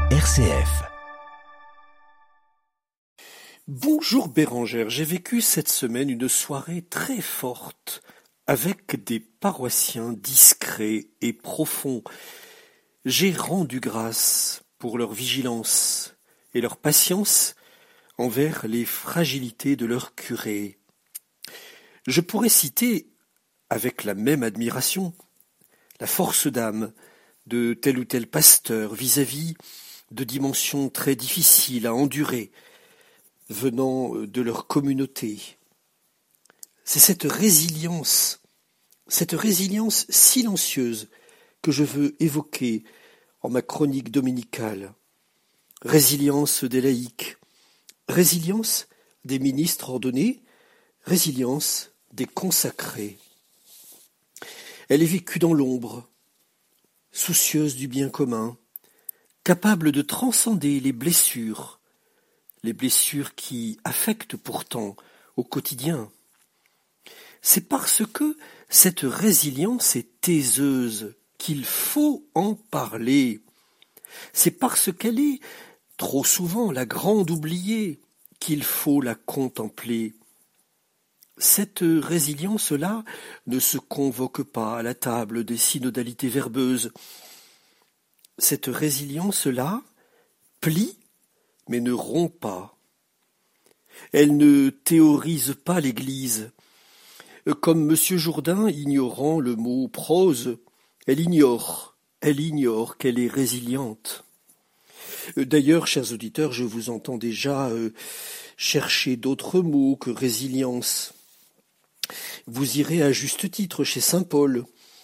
RCF. Bonjour Bérangère, j'ai vécu cette semaine une soirée très forte avec des paroissiens discrets et profonds. J'ai rendu grâce pour leur vigilance et leur patience envers les fragilités de leurs curés. Je pourrais citer, avec la même admiration, la force d'âme de tel ou tel pasteur vis-à-vis de dimensions très difficiles à endurer, venant de leur communauté. C'est cette résilience silencieuse que je veux évoquer en ma chronique dominicale. Résilience des laïcs, résilience des ministres ordonnés, résilience des consacrés. Elle est vécue dans l'ombre, soucieuse du bien commun, capable de transcender les blessures qui affectent pourtant au quotidien. C'est parce que cette résilience est aiseuse qu'il faut en parler. C'est parce qu'elle est trop souvent la grande oubliée qu'il faut la contempler. Cette résilience-là ne se convoque pas à la table des synodalités verbeuses. Cette résilience-là plie mais ne rompt pas. Elle ne théorise pas l'Église. Comme M. Jourdain, ignorant le mot prose, elle ignore qu'elle est résiliente. D'ailleurs, chers auditeurs, je vous entends déjà chercher d'autres mots que résilience. Vous irez à juste titre chez saint Paul,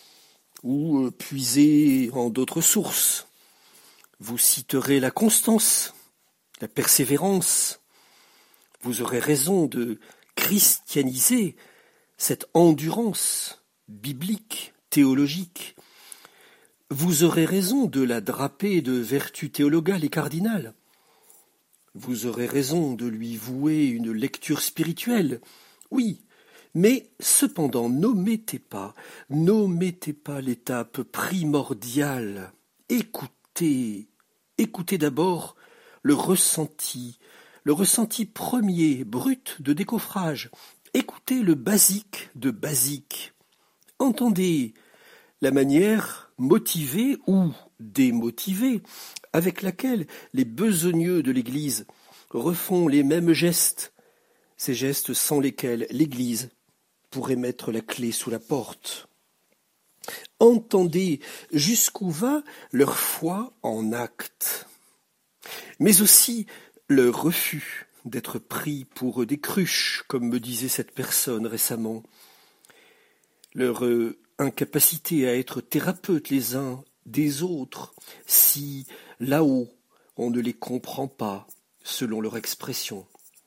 ou puiser en d'autres sources. Vous citerez la constance, la persévérance. Vous aurez raison de christianiser cette endurance biblique, théologique. Vous aurez raison de la draper de vertus théologales et cardinales. Vous aurez raison de lui vouer une lecture spirituelle. Oui, mais cependant n'omettez pas l'étape primordiale. Écoutez d'abord le ressenti premier, brut de décoffrage. Écoutez le basique de basique. Entendez la manière motivée ou démotivée avec laquelle les besogneux de l'Église refont les mêmes gestes, ces gestes sans lesquels l'Église pourrait mettre la clé sous la porte. Entendez jusqu'où va leur foi en acte, mais aussi le refus d'être pris pour des cruches, comme me disait cette personne récemment. Leur incapacité à être thérapeutes les uns des autres, si là-haut on ne les comprend pas, selon leur expression.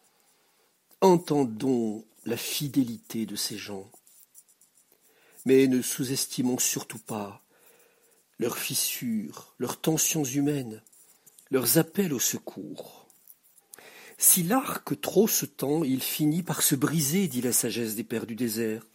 Entendons la fidélité de ces gens, mais ne sous-estimons surtout pas leurs fissures, leurs tensions humaines, leurs appels au secours. Si l'arc trop se tend, il finit par se briser, dit la sagesse des pères du désert.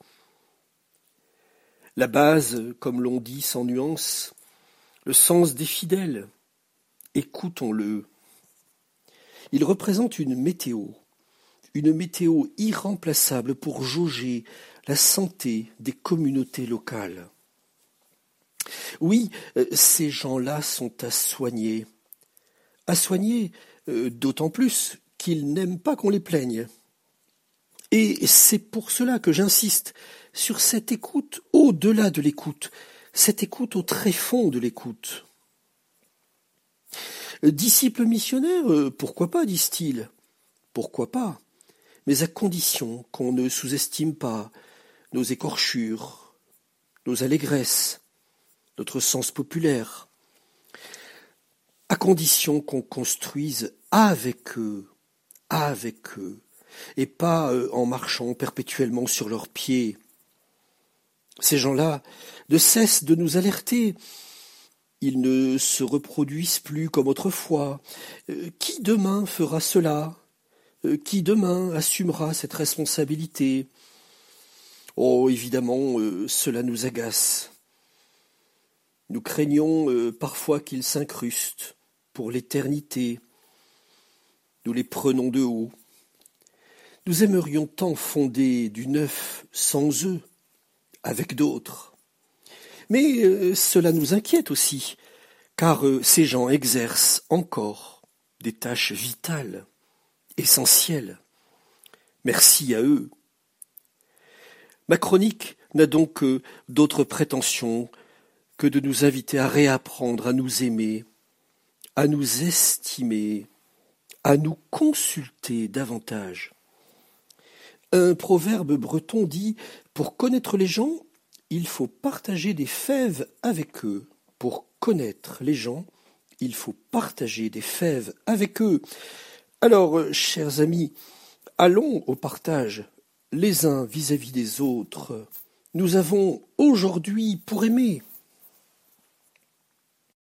La base, comme l'on dit sans nuance, le sens des fidèles, écoutons-le. Il représente une météo irremplaçable pour jauger la santé des communautés locales. Oui, ces gens-là sont à soigner d'autant plus qu'ils n'aiment pas qu'on les plaigne. Et c'est pour cela que j'insiste sur cette écoute au-delà de l'écoute, cette écoute au tréfonds de l'écoute. Disciples missionnaires, pourquoi pas, disent-ils. Pourquoi pas, mais à condition qu'on ne sous-estime pas nos écorchures, nos allégresses, notre sens populaire, à condition qu'on construise avec eux, et pas en marchant perpétuellement sur leurs pieds. Ces gens-là ne cessent de nous alerter. Ils ne se reproduisent plus comme autrefois. Qui demain fera cela ? Qui demain assumera cette responsabilité ? Oh, évidemment, cela nous agace. Nous craignons parfois qu'ils s'incrustent pour l'éternité. Nous les prenons de haut. Nous aimerions tant fonder du neuf sans eux, avec d'autres. Mais cela nous inquiète aussi, car ces gens exercent encore des tâches vitales, essentielles. Merci à eux. Ma chronique n'a donc d'autre prétention que de nous inviter à réapprendre à nous aimer, à nous estimer, à nous consulter davantage. Un proverbe breton dit « Pour connaître les gens, il faut partager des fèves avec eux. Pour connaître les gens, il faut partager des fèves avec eux. » Alors, chers amis, allons au partage, les uns vis-à-vis des autres. Nous avons aujourd'hui pour aimer.